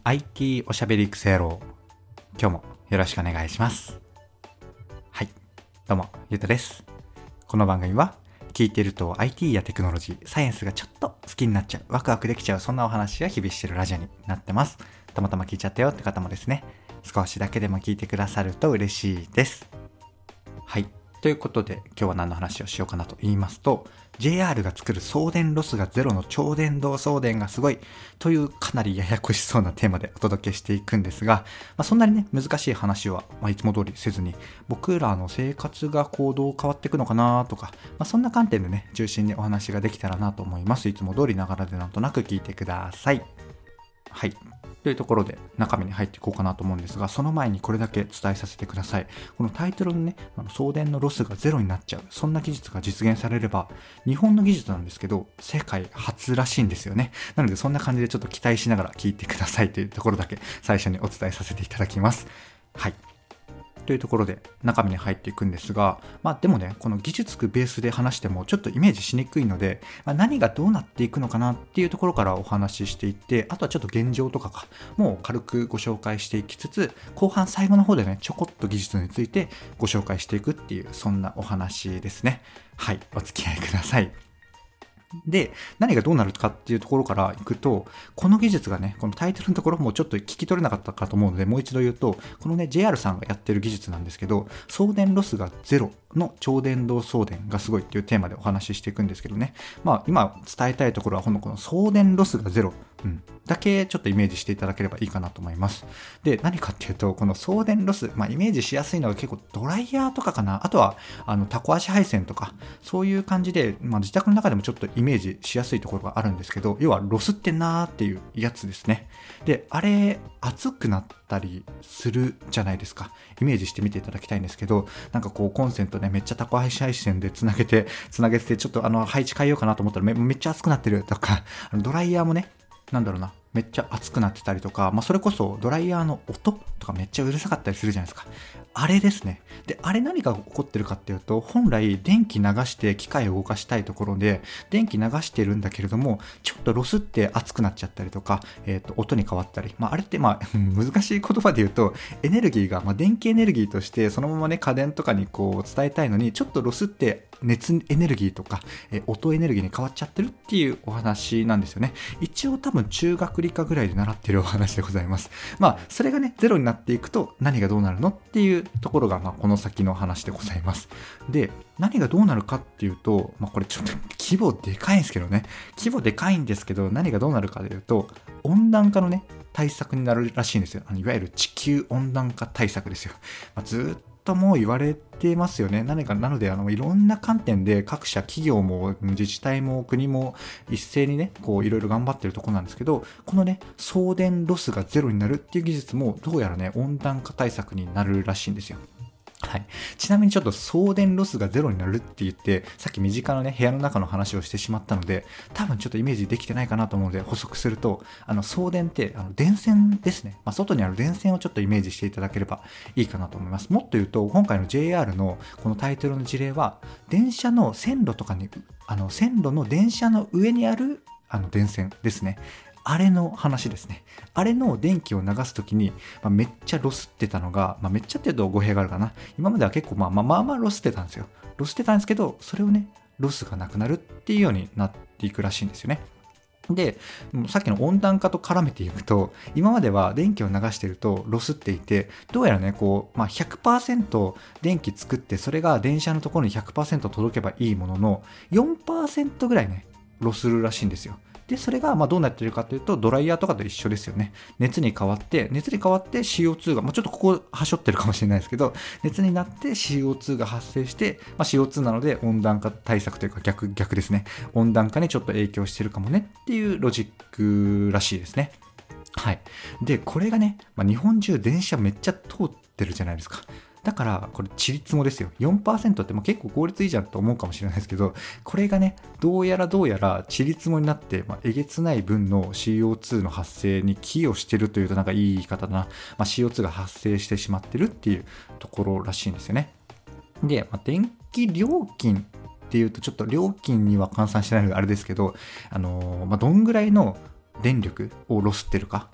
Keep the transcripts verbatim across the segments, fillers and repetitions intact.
アイティー おしゃべり育成郎、今日もよろしくお願いします。はい、どうもゆうたです。この番組は聞いていると アイティー やテクノロジー、サイエンスがちょっと好きになっちゃう、ワクワクできちゃう、そんなお話が日々しているラジオになってます。たまたま聞いちゃったよって方もですね、少しだけでも聞いてくださると嬉しいです。はい、ということで今日は何の話をしようかなと言いますと、 ジェイアール が作る送電ロスがゼロの超電導送電がすごいというかなりややこしそうなテーマでお届けしていくんですが、まあ、そんなにね難しい話は、まあ、いつも通りせずに、僕らの生活が行動変わっていくのかなとか、まあ、そんな観点でね中心にお話ができたらなと思います。いつも通りながらでなんとなく聞いてください。はい、というところで中身に入っていこうかなと思うんですが、その前にこれだけ伝えさせてください。このタイトルのね、あの送電のロスがゼロになっちゃう、そんな技術が実現されれば、日本の技術なんですけど世界初らしいんですよね。なのでそんな感じでちょっと期待しながら聞いてくださいというところだけ最初にお伝えさせていただきます。はい、というところで中身に入っていくんですが、まあでもね、この技術ベースで話してもちょっとイメージしにくいので、まあ、何がどうなっていくのかなっていうところからお話ししていって、あとはちょっと現状とかかもう軽くご紹介していきつつ、後半最後の方でねちょこっと技術についてご紹介していくっていう、そんなお話ですね。はい、お付き合いください。で、何がどうなるかっていうところからいくと、この技術がね、このタイトルのところもちょっと聞き取れなかったかと思うので、もう一度言うと、このね ジェイアール さんがやってる技術なんですけど、送電ロスがゼロの超電導送電がすごいっていうテーマでお話ししていくんですけどね、まあ今伝えたいところはこのこの送電ロスがゼロ、うん、だけちょっとイメージしていただければいいかなと思います。で、何かっていうと、この送電ロス、まあイメージしやすいのは結構ドライヤーとかかな、あとはあのタコ足配線とか、そういう感じで、まあ、自宅の中でもちょっとイメージしやすいところがあるんですけど、要はロスってなーっていうやつですね。で、あれ熱くなったりするじゃないですか。イメージしてみていただきたいんですけど、なんかこうコンセントねめっちゃタコ足配線でつなげてつなげてちょっとあの配置変えようかなと思ったら め, めっちゃ熱くなってるとか、あのドライヤーもね、なんだろうな、めっちゃ熱くなってたりとか、まあ、それこそドライヤーの音とかめっちゃうるさかったりするじゃないですか。あれですね。で、あれ何が起こってるかっていうと、本来電気流して機械を動かしたいところで電気流してるんだけれども、ちょっとロスって熱くなっちゃったりとか、えーと、音に変わったり、まあ、あれってまあ難しい言葉で言うと、エネルギーが、まあ、電気エネルギーとしてそのままね家電とかにこう伝えたいのに、ちょっとロスって熱エネルギーとか、えー、音エネルギーに変わっちゃってるっていうお話なんですよね。一応多分中学理科ぐらいで習ってるお話でございます。まあそれがねゼロになっていくと何がどうなるのっていうところが、まあ、この先の話でございます。で、何がどうなるかっていうと、まあ、これちょっと規模でかいんですけどね規模でかいんですけど何がどうなるかというと、温暖化のね対策になるらしいんですよ。あのいわゆる地球温暖化対策ですよ。まあ、ずっともう言われてますよね。何かなので、あのいろんな観点で各社企業も自治体も国も一斉にねこういろいろ頑張ってるところなんですけど、このね送電ロスがゼロになるっていう技術もどうやらね温暖化対策になるらしいんですよ。はい、ちなみにちょっと送電ロスがゼロになるって言って、さっき身近なね部屋の中の話をしてしまったので、多分ちょっとイメージできてないかなと思うので補足すると、あの送電ってあの電線ですね、まあ、外にある電線をちょっとイメージしていただければいいかなと思います。もっと言うと、今回の ジェイアール のこのタイトルの事例は、電車の線路とかに、あの線路の電車の上にあるあの電線ですね。あれの話ですね。あれの電気を流すときに、まあ、めっちゃロスってたのが、まあ、めっちゃって言うと語弊があるかな。今までは結構まあまあまあまあロスってたんですよ。ロスってたんですけど、それをね、ロスがなくなるっていうようになっていくらしいんですよね。で、さっきの温暖化と絡めていくと、今までは電気を流しているとロスっていて、どうやらね、こう、まあ、ひゃくパーセント 電気作って、それが電車のところに ひゃくパーセント 届けばいいものの、よんパーセント ぐらいね、ロスるらしいんですよ。で、それがまあどうなっているかというと、ドライヤーとかと一緒ですよね。熱に変わって、熱に変わって シーオーツー が、まあ、ちょっとここはしょってるかもしれないですけど、熱になって シーオーツー が発生して、まあ、シーオーツー なので温暖化対策というか逆、逆ですね。温暖化にちょっと影響してるかもねっていうロジックらしいですね。はい。で、これがね、まあ、日本中電車めっちゃ通ってるじゃないですか。だからこれちりつもですよ。 よんパーセント ってもう結構効率いいじゃんと思うかもしれないですけど、これがねどうやらどうやらちりつもになって、まあ、えげつない分の シーオーツー の発生に寄与してるというとなんかいい言い方だな、まあ、シーオーツー が発生してしまってるっていうところらしいんですよね。で、まあ、電気料金っていうとちょっと料金には換算してないのであれですけど、あのーまあ、どんぐらいの電力をロスってるかっ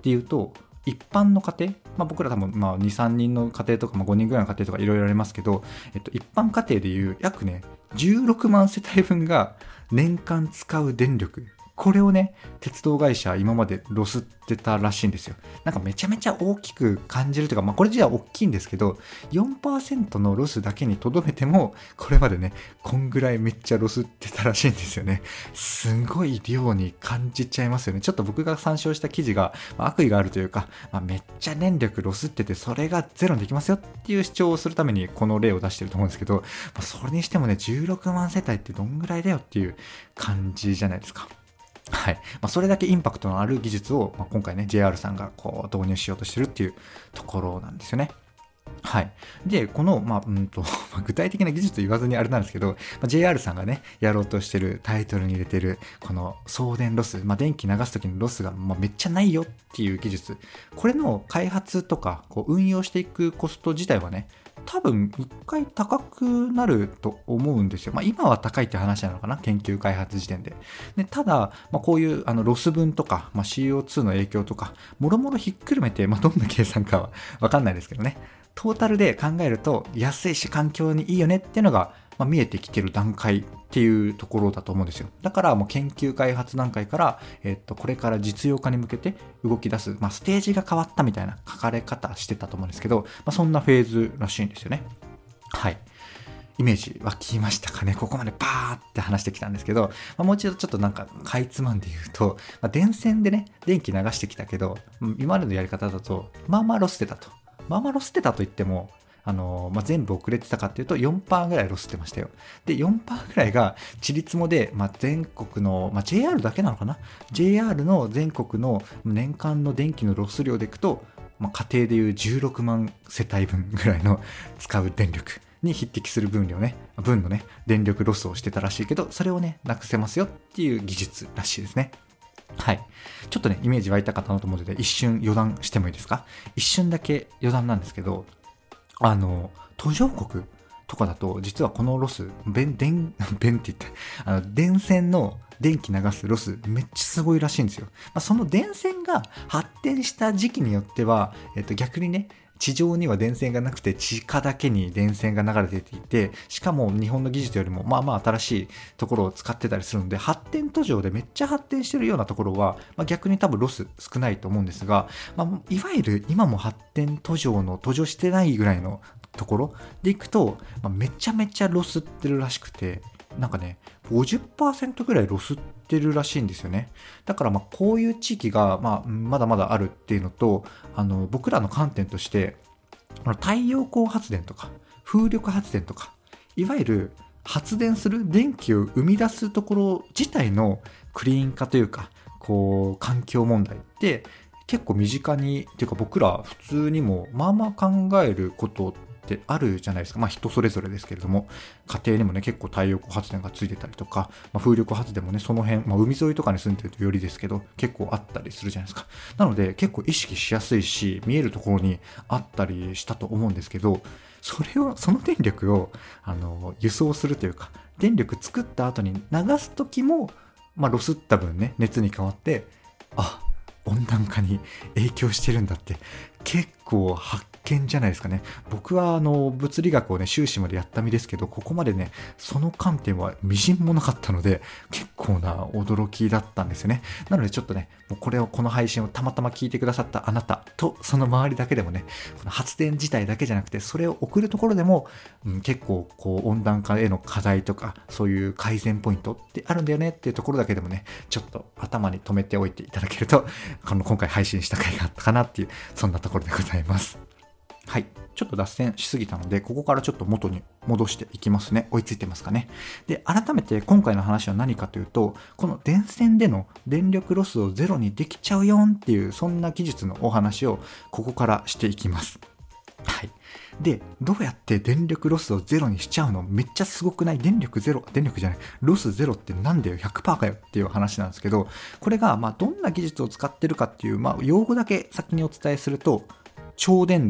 っていうと、一般の家庭、まあ、僕ら多分まあに、さんにんの家庭とか、まあ、ごにんぐらいの家庭とかいろいろありますけど、えっと、一般家庭でいう約ね、じゅうろくまん世帯分が年間使う電力、これをね、鉄道会社今までロスってたらしいんですよ。なんかめちゃめちゃ大きく感じるというか、まあこれじゃ大きいんですけど、よんパーセント のロスだけにとどめても、これまでね、こんぐらいめっちゃロスってたらしいんですよね。すごい量に感じちゃいますよね。ちょっと僕が参照した記事が、まあ、悪意があるというか、まあ、めっちゃ電力ロスってて、それがゼロにできますよっていう主張をするためにこの例を出してると思うんですけど、まあ、それにしてもね、じゅうろくまん世帯ってどんぐらいだよっていう感じじゃないですか。はい。まあ、それだけインパクトのある技術を、まあ、今回ね、ジェイアール さんがこう導入しようとしてるっていうところなんですよね。はい。で、この、まあ、うんと、具体的な技術と言わずにあれなんですけど、まあ、ジェイアール さんがね、やろうとしてるタイトルに入れてる、この送電ロス、まあ、電気流す時のロスが、まあ、めっちゃないよっていう技術。これの開発とか、こう、運用していくコスト自体はね、多分一回高くなると思うんですよ。まあ今は高いって話なのかな、研究開発時点で。でただ、まあ、こういうあのロス分とか、まあ、シーオーツー の影響とか、もろもろひっくるめて、まあどんな計算かはわかんないですけどね。トータルで考えると安いし環境にいいよねっていうのが、まあ、見えてきてる段階っていうところだと思うんですよ。だからもう研究開発段階から、えっと、これから実用化に向けて動き出す、まあ、ステージが変わったみたいな書かれ方してたと思うんですけど、まあ、そんなフェーズらしいんですよね。はい。イメージ湧きましたかね。ここまでバーって話してきたんですけど、まあ、もう一度ちょっとなんかかいつまんで言うと、まあ、電線でね、電気流してきたけど、今までのやり方だと、まあまあロスってたと。まあまあロスってたと言っても、あのーまあ、全部遅れてたかっていうと よんパーセント ぐらいロスってましたよ。で よんパーセント ぐらいがちりつもで、まあ、全国の、まあ、ジェイアール だけなのかな ジェイアール の全国の年間の電気のロス量でいくと、まあ、家庭でいうじゅうろくまん世帯分ぐらいの使う電力に匹敵する分量ね、分のね電力ロスをしてたらしいけど、それをねなくせますよっていう技術らしいですね。はい。ちょっとね、イメージ湧いた方のと思うので、一瞬余談してもいいですか？一瞬だけ余談なんですけど、あの、途上国とかだと、実はこのロス、弁、電、弁って言って、あの、電線の電気流すロス、めっちゃすごいらしいんですよ。まあ、その電線が発展した時期によっては、えっと、逆にね、地上には電線がなくて地下だけに電線が流れていて、しかも日本の技術よりもまあまあ新しいところを使ってたりするので、発展途上でめっちゃ発展してるようなところは、まあ、逆に多分ロス少ないと思うんですが、まあ、いわゆる今も発展途上の途上してないぐらいのところでいくと、まあ、めちゃめちゃロスってるらしくて、なんかね ごじゅっパーセント ぐらいロスってるらしいんですよね。だからまあこういう地域がまあまだまだあるっていうのと、あの僕らの観点として太陽光発電とか風力発電とか、いわゆる発電する電気を生み出すところ自体のクリーン化というか、こう環境問題って結構身近にっていうか、僕ら普通にもまあまあ考えることってあるじゃないですか。まあ人それぞれですけれども、家庭にもね結構太陽光発電がついてたりとか、まあ、風力発電もねその辺、まあ、海沿いとかに住んでるとよりですけど結構あったりするじゃないですか。なので結構意識しやすいし、見えるところにあったりしたと思うんですけど、それをその電力をあの輸送するというか、電力作った後に流す時も、まあ、ロスった分ね熱に変わって、あ、温暖化に影響してるんだって結構発見じゃないですかね。僕はあの物理学をね修士までやった身ですけど、ここまでねその観点はみじんもなかったので、結構な驚きだったんですよね。なのでちょっとね、もうこれをこの配信をたまたま聞いてくださったあなたとその周りだけでもね、この発電自体だけじゃなくて、それを送るところでも、うん、結構こう温暖化への課題とかそういう改善ポイントってあるんだよねっていうところだけでもね、ちょっと頭に留めておいていただけると、この今回配信した回があったかなっていう、そんなところでございます。はい。ちょっと脱線しすぎたので、ここからちょっと元に戻していきますね。追いついてますかね。で、改めて今回の話は何かというと、この電線での電力ロスをゼロにできちゃうよんっていう、そんな技術のお話をここからしていきます。はい。で、どうやって電力ロスをゼロにしちゃうの？めっちゃすごくない？電力ゼロ、電力じゃない、ロスゼロってなんだよ、ひゃくパーセント かよっていう話なんですけど、これがまあどんな技術を使ってるかっていう、まあ用語だけ先にお伝えすると、超電導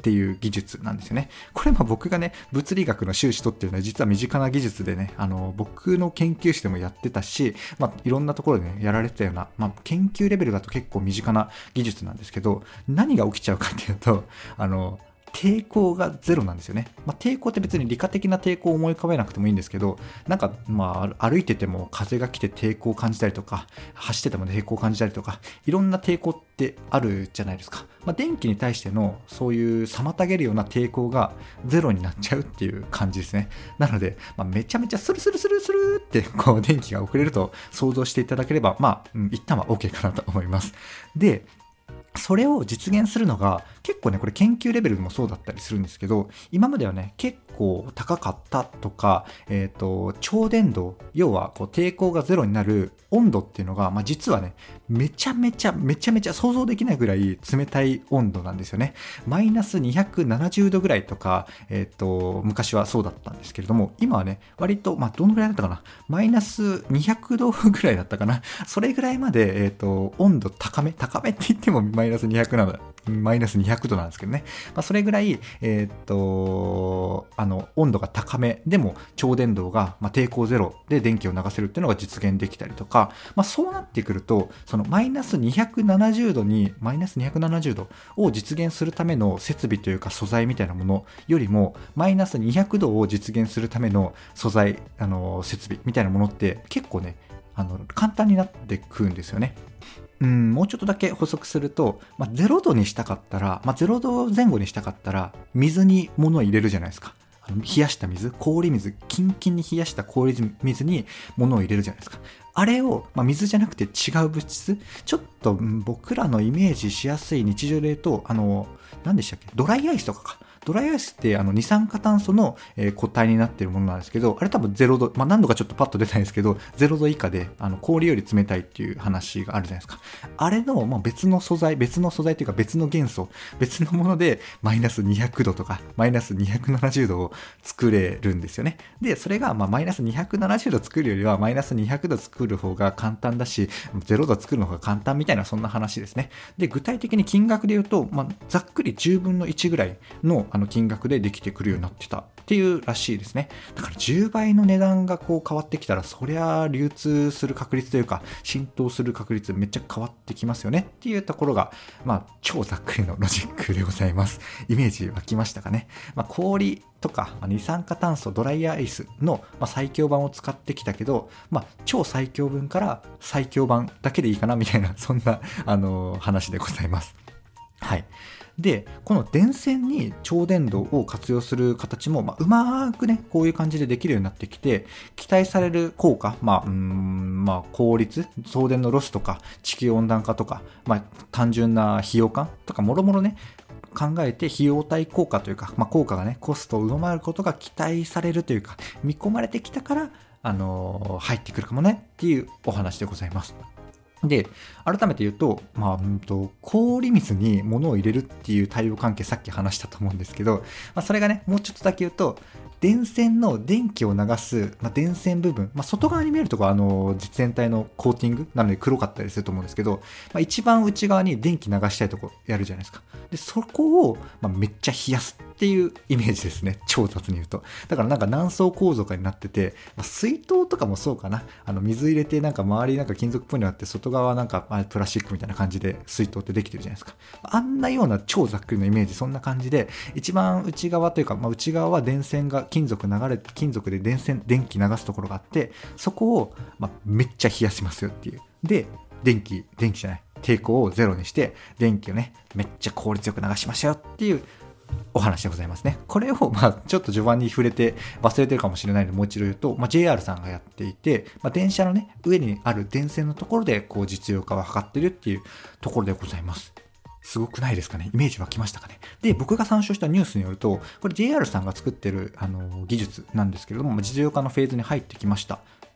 っていう技術なんですよね。これまあ僕がね、物理学の修士取っていうのは実は身近な技術でね、あの、僕の研究室でもやってたし、まあいろんなところでね、やられてたような、まあ研究レベルだと結構身近な技術なんですけど、何が起きちゃうかっていうと、あの、抵抗がゼロなんですよね。まあ、抵抗って別に理科的な抵抗を思い浮かべなくてもいいんですけど、なんかまあ歩いてても風が来て抵抗を感じたりとか、走ってても抵抗を感じたりとか、いろんな抵抗ってあるじゃないですか。まあ、電気に対してのそういう妨げるような抵抗がゼロになっちゃうっていう感じですね。なので、まあ、めちゃめちゃスルスルスルスルってこう電気が送れると想像していただければ、まあ、うん、一旦は OK かなと思います。で、それを実現するのが結構ね、これ研究レベルでもそうだったりするんですけど、今まではね、結構高かったとか、えっと、超伝導、要はこう抵抗がゼロになる温度っていうのが、まあ、実はね、めちゃめちゃめちゃめちゃ想像できないぐらい冷たい温度なんですよね。マイナスにひゃくななじゅうどぐらいとか、えっと、昔はそうだったんですけれども、今はね、割と、まあ、どのぐらいだったかな、マイナスにひゃくどぐらいだったかな、それぐらいまで、えっと、温度高め、高めって言ってもマイナスにひゃくなの、マイナスにひゃくどなんですけどね。まあ、それぐらい、えー、っと、あの、温度が高めでも超伝導が、まあ、抵抗ゼロで電気を流せるっていうのが実現できたりとか、まあ、そうなってくると、そのマイナスにひゃくななじゅうどに、マイナスにひゃくななじゅうどを実現するための設備というか素材みたいなものよりも、マイナスにひゃくどを実現するための素材、あの、設備みたいなものって結構ね、あの、簡単になってくるんですよね。うん、もうちょっとだけ補足すると、まあ、ゼロどにしたかったら、まあ、ゼロどぜん後にしたかったら、水に物を入れるじゃないですか。あの冷やした水、氷水、キンキンに冷やした氷水に物を入れるじゃないですか。あれを、まあ、水じゃなくて違う物質、ちょっと、うん、僕らのイメージしやすい日常で言うと、あの、何でしたっけ、ドライアイスとかか。ドライアイスってあの二酸化炭素の、えー、固体になっているものなんですけど、あれ多分ゼロど、まあ、何度かちょっとパッと出ないんですけど、ゼロど以下であの氷より冷たいっていう話があるじゃないですか。あれの、まあ、別の素材、別の素材というか別の元素、別のものでマイナスにひゃくどとかマイナスにひゃくななじゅうどを作れるんですよね。で、それがまあマイナスにひゃくななじゅうど作るよりはマイナスにひゃくど作る方が簡単だし、ゼロど作るの方が簡単みたいなそんな話ですね。で、具体的に金額で言うと、まあ、ざっくりじゅうぶんのいちぐらいのあの金額でできてくるようになってたっていうらしいですね。だからじゅうばいの値段がこう変わってきたら、そりゃ流通する確率というか浸透する確率めっちゃ変わってきますよねっていうところが、まあ超ざっくりのロジックでございます。イメージ湧きましたかね。まあ、氷とか二酸化炭素、ドライアイスの最強版を使ってきたけど、まあ、超最強分から最強版だけでいいかなみたいな、そんなあの話でございます。はい。で、この電線に超伝導を活用する形も、まあ、うまくね、こういう感じでできるようになってきて、期待される効果、まあ、うーん、まあ、効率、送電のロスとか、地球温暖化とか、まあ、単純な費用感とか、もろもろね、考えて費用対効果というか、まあ、効果がね、コストを上回ることが期待されるというか、見込まれてきたから、あのー、入ってくるかもねっていうお話でございます。で、改めて言うと、まあ、うんと、氷水に物を入れるっていう対応関係さっき話したと思うんですけど、まあ、それがね、もうちょっとだけ言うと、電線の電気を流す、まあ、電線部分、まあ、外側に見えるところはあの実線体のコーティングなので黒かったりすると思うんですけど、まあ、一番内側に電気流したいところやるじゃないですか。で、そこを、まあ、めっちゃ冷やすっていうイメージですね。超雑に言うと。だからなんか何層構造かになってて、まあ、水筒とかもそうかな。あの水入れてなんか周りなんか金属っぽいのあって、外側はなんかプラスチックみたいな感じで水筒ってできてるじゃないですか。あんなような超ざっくりのイメージ、そんな感じで、一番内側というか、まあ、内側は電線が金属流れ、金属で電線、電気流すところがあって、そこを、まあ、めっちゃ冷やしますよっていう。で、電気、電気じゃない、抵抗をゼロにして、電気をね、めっちゃ効率よく流しましょうっていうお話でございますね。これを、まあ、ちょっと序盤に触れて忘れてるかもしれないので、もう一度言うと、まあ、ジェイアール さんがやっていて、まあ、電車のね、上にある電線のところで、こう、実用化を図ってるっていうところでございます。すごくないですかね。イメージ湧きましたかね。で、僕が参照したニュースによると、これ ジェイアール さんが作ってるあの技術なんですけれども、実用化のフェーズに入ってきました。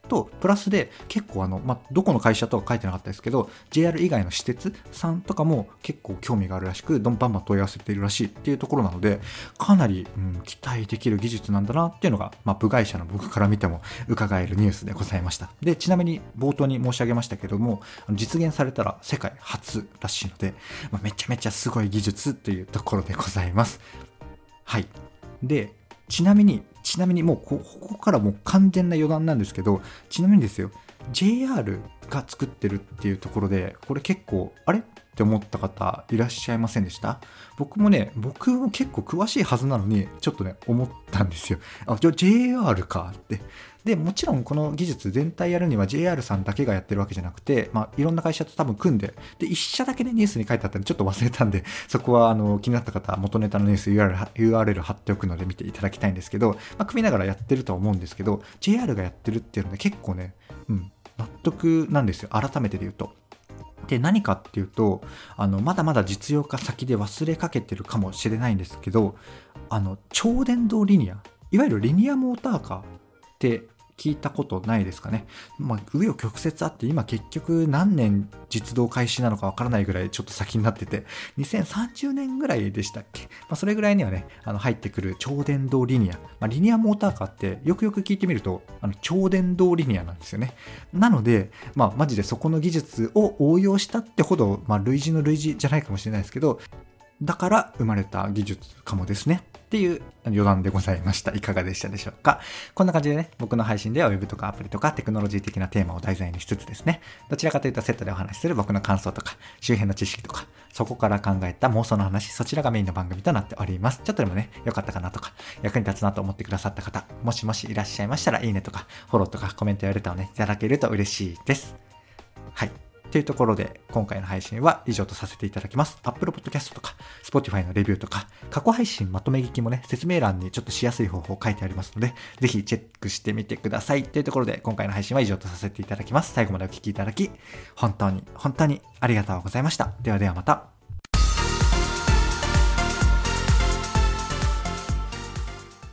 とプラスで結構あの、まあ、どこの会社とは書いてなかったですけど ジェイアール 以外の私鉄さんとかも結構興味があるらしくどんバンバン問い合わせているらしいっていうところなのでかなり、うん、期待できる技術なんだなっていうのが、まあ、部外者の僕から見ても伺えるニュースでございました。でちなみに冒頭に申し上げましたけども実現されたら世界初らしいので、まあ、めちゃめちゃすごい技術というところでございます。はい。でちなみにちなみにもうここからもう完全な余談なんですけど、ちなみにですよ ジェイアール が作ってるっていうところでこれ結構あれって思った方いらっしゃいませんでした？僕もね僕も結構詳しいはずなのにちょっとね思ったんですよ。あ、じゃあ ジェイアール かって。でもちろんこの技術全体やるには ジェイアール さんだけがやってるわけじゃなくて、まあ、いろんな会社と多分組んでで一社だけでニュースに書いてあったんでちょっと忘れたんでそこはあの気になった方は元ネタのニュース ユーアールエル, ユーアールエル 貼っておくので見ていただきたいんですけど、まあ、組みながらやってるとは思うんですけど ジェイアール がやってるっていうので結構ね、うん、納得なんですよ。改めてで言うとで何かっていうとあのまだまだ実用化先で忘れかけてるかもしれないんですけどあの超電導リニアいわゆるリニアモーターカーって聞いたことないですかね。まあ、紆余曲折あって今結局何年実動開始なのかわからないぐらいちょっと先になっててにせんさんじゅうねんぐらいでしたっけ、まあ、それぐらいにはねあの入ってくる超電導リニア、まあ、リニアモーターカーってよくよく聞いてみるとあの超電導リニアなんですよね。なのでまあマジでそこの技術を応用したってほど、まあ、類似の類似じゃないかもしれないですけどだから生まれた技術かもですねっていう余談でございました。いかがでしたでしょうか。こんな感じでね僕の配信では Web とかアプリとかテクノロジー的なテーマを題材にしつつですねどちらかというとセットでお話しする僕の感想とか周辺の知識とかそこから考えた妄想の話そちらがメインの番組となっております。ちょっとでもね良かったかなとか役に立つなと思ってくださった方もしもしいらっしゃいましたらいいねとかフォローとかコメントやレターをねいただけると嬉しいです。はいというところで今回の配信は以上とさせていただきます。Apple Podcast とか Spotify のレビューとか過去配信まとめ聞きもね説明欄にちょっとしやすい方法書いてありますのでぜひチェックしてみてください。というところで今回の配信は以上とさせていただきます。最後までお聞きいただき本当に本当にありがとうございました。ではではまた。